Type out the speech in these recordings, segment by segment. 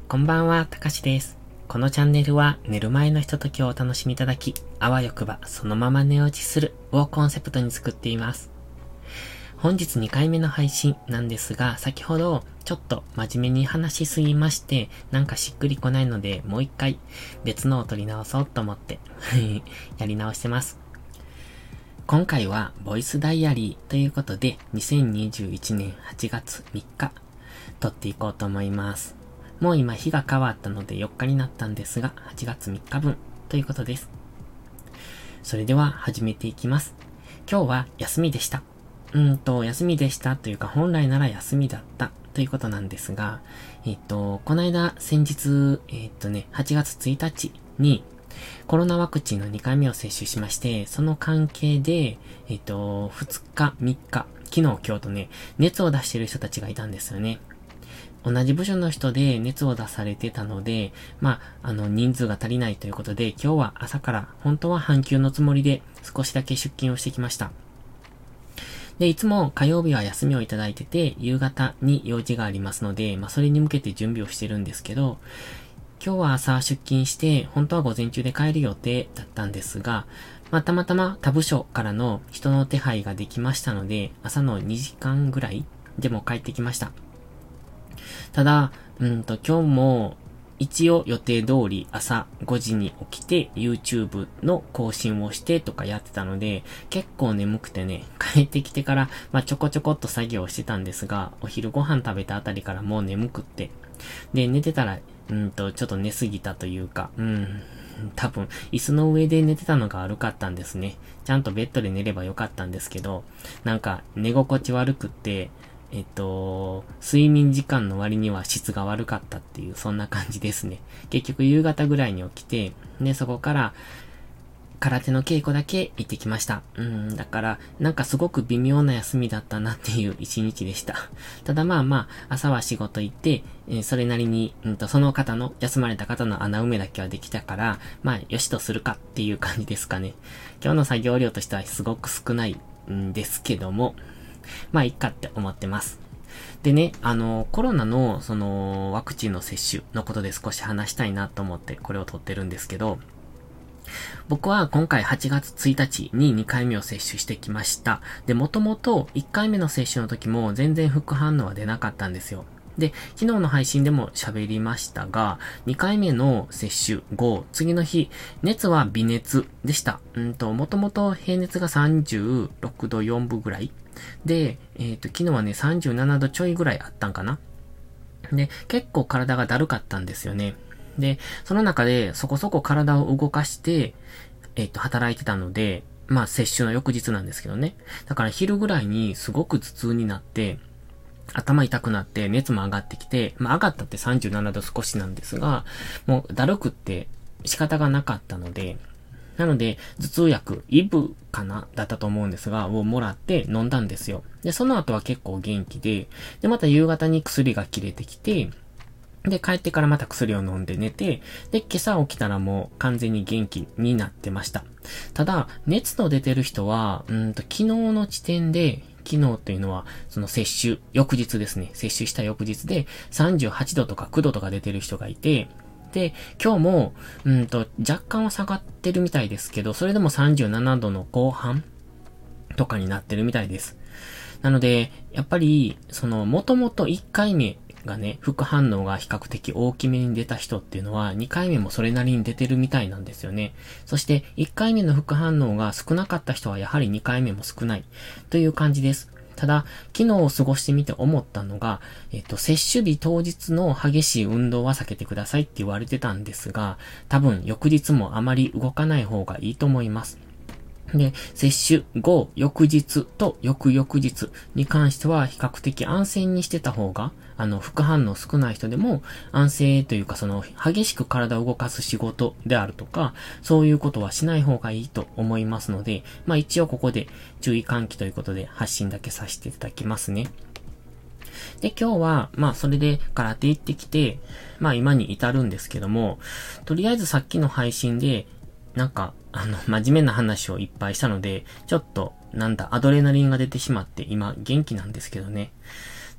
こんばんは、たかしです。このチャンネルは寝る前のひとときをお楽しみいただき、あわよくばそのまま寝落ちするをコンセプトに作っています。本日2回目の配信なんですが、先ほどちょっと真面目に話しすぎまして、なんかしっくりこないので、もう一回別のを取り直そうと思ってやり直してます。今回はボイスダイアリーということで、2021年8月3日撮っていこうと思います。もう今日が変わったので4日になったんですが、8月3日分ということです。それでは始めていきます。今日は休みでした。休みでしたというか本来なら休みだったということなんですが、この間先日、8月1日にコロナワクチンの2回目を接種しまして、その関係で、2日、3日、昨日、今日とね、熱を出している人たちがいたんですよね。同じ部署の人で熱を出されてたので、人数が足りないということで、今日は朝から本当は半休のつもりで少しだけ出勤をしてきました。で、いつも火曜日は休みをいただいてて、夕方に用事がありますので、それに向けて準備をしてるんですけど、今日は朝出勤して、本当は午前中で帰る予定だったんですが、たまたま他部署からの人の手配ができましたので、朝の2時間ぐらいでも帰ってきました。ただ、今日も一応予定通り朝5時に起きて YouTube の更新をしてとかやってたので、結構眠くてね、帰ってきてから、ちょこちょこっと作業をしてたんですが、お昼ご飯食べたあたりからもう眠くって。で、寝てたら、ちょっと寝すぎたというか、多分、椅子の上で寝てたのが悪かったんですね。ちゃんとベッドで寝ればよかったんですけど、なんか寝心地悪くって、睡眠時間の割には質が悪かったっていう、そんな感じですね。結局夕方ぐらいに起きて、で、そこから、空手の稽古だけ行ってきました。だから、なんかすごく微妙な休みだったなっていう一日でした。ただ朝は仕事行って、それなりに、その方の、休まれた方の穴埋めだけはできたから、よしとするかっていう感じですかね。今日の作業量としてはすごく少ないんですけども、いっかって思ってます。でね、コロナの、ワクチンの接種のことで少し話したいなと思ってこれを撮ってるんですけど、僕は今回8月1日に2回目を接種してきました。で、もともと1回目の接種の時も全然副反応は出なかったんですよ。で、昨日の配信でも喋りましたが、2回目の接種後、次の日、熱は微熱でした。もともと平熱が36度4分ぐらい。で、昨日はね、37度ちょいぐらいあったんかな。で、結構体がだるかったんですよね。で、その中でそこそこ体を動かして、働いてたので、接種の翌日なんですけどね。だから昼ぐらいにすごく頭痛になって、頭痛くなって熱も上がってきて、上がったって37度少しなんですが、もうだるくって仕方がなかったので、なので、頭痛薬、イブかなだったと思うんですが、をもらって飲んだんですよ。で、その後は結構元気で、で、また夕方に薬が切れてきて、で、帰ってからまた薬を飲んで寝て、で、今朝起きたらもう完全に元気になってました。ただ、熱の出てる人は、昨日の時点で、昨日というのは、その接種、翌日ですね。接種した翌日で、38度とか9度とか出てる人がいて、で、今日も、若干は下がってるみたいですけど、それでも37度の後半とかになってるみたいです。なので、やっぱり、もともと1回目がね、副反応が比較的大きめに出た人っていうのは、2回目もそれなりに出てるみたいなんですよね。そして、1回目の副反応が少なかった人は、やはり2回目も少ないという感じです。ただ、昨日を過ごしてみて思ったのが、接種日当日の激しい運動は避けてくださいって言われてたんですが、多分翌日もあまり動かない方がいいと思います。で、接種後、翌日と翌々日に関しては比較的安静にしてた方が、副反応少ない人でも安静というか激しく体を動かす仕事であるとか、そういうことはしない方がいいと思いますので、一応ここで注意喚起ということで発信だけさせていただきますね。で、今日は、それで空手行ってきて、今に至るんですけども、とりあえずさっきの配信で、真面目な話をいっぱいしたので、ちょっと、アドレナリンが出てしまって、今、元気なんですけどね。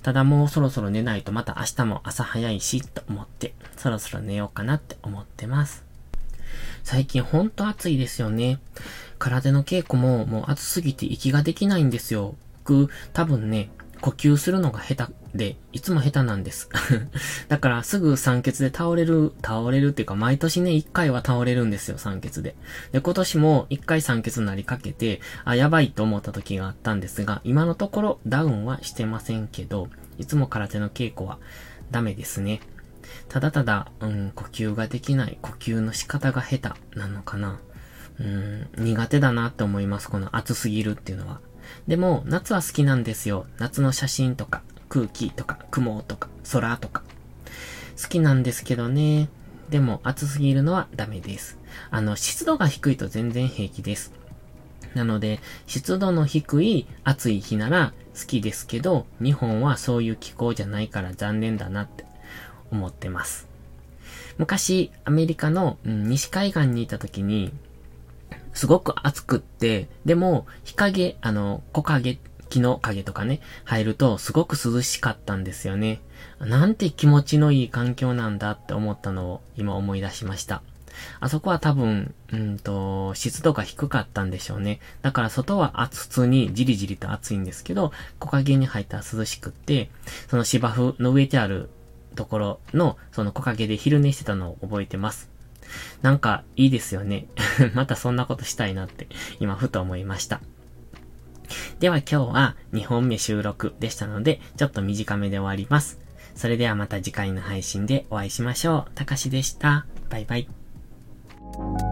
ただもうそろそろ寝ないとまた明日も朝早いし、と思って、そろそろ寝ようかなって思ってます。最近ほんと暑いですよね。空手の稽古ももう暑すぎて息ができないんですよ。僕、多分ね、呼吸するのが下手で、いつも下手なんです。だからすぐ酸欠で倒れるっていうか、毎年ね、1回は倒れるんですよ、酸欠で。で、今年も1回酸欠になりかけて、やばいと思った時があったんですが、今のところダウンはしてませんけど、いつも空手の稽古はダメですね。ただただ、呼吸ができない、呼吸の仕方が下手なのかな。苦手だなって思います、この暑すぎるっていうのは。でも、夏は好きなんですよ。夏の写真とか、空気とか、雲とか、空とか。好きなんですけどね。でも、暑すぎるのはダメです。湿度が低いと全然平気です。なので、湿度の低い暑い日なら好きですけど、日本はそういう気候じゃないから残念だなって思ってます。昔、アメリカの、西海岸にいた時に、すごく暑くって、でも、日陰、木陰、木の陰とかね、入るとすごく涼しかったんですよね。なんて気持ちのいい環境なんだって思ったのを今思い出しました。あそこは多分、湿度が低かったんでしょうね。だから外は普通にじりじりと暑いんですけど、木陰に入ったら涼しくって、その芝生の植えてあるところの、その木陰で昼寝してたのを覚えてます。なんかいいですよね。またそんなことしたいなって今ふと思いました。では今日は2本目収録でしたので、ちょっと短めで終わります。それではまた次回の配信でお会いしましょう。たかしでした。バイバイ。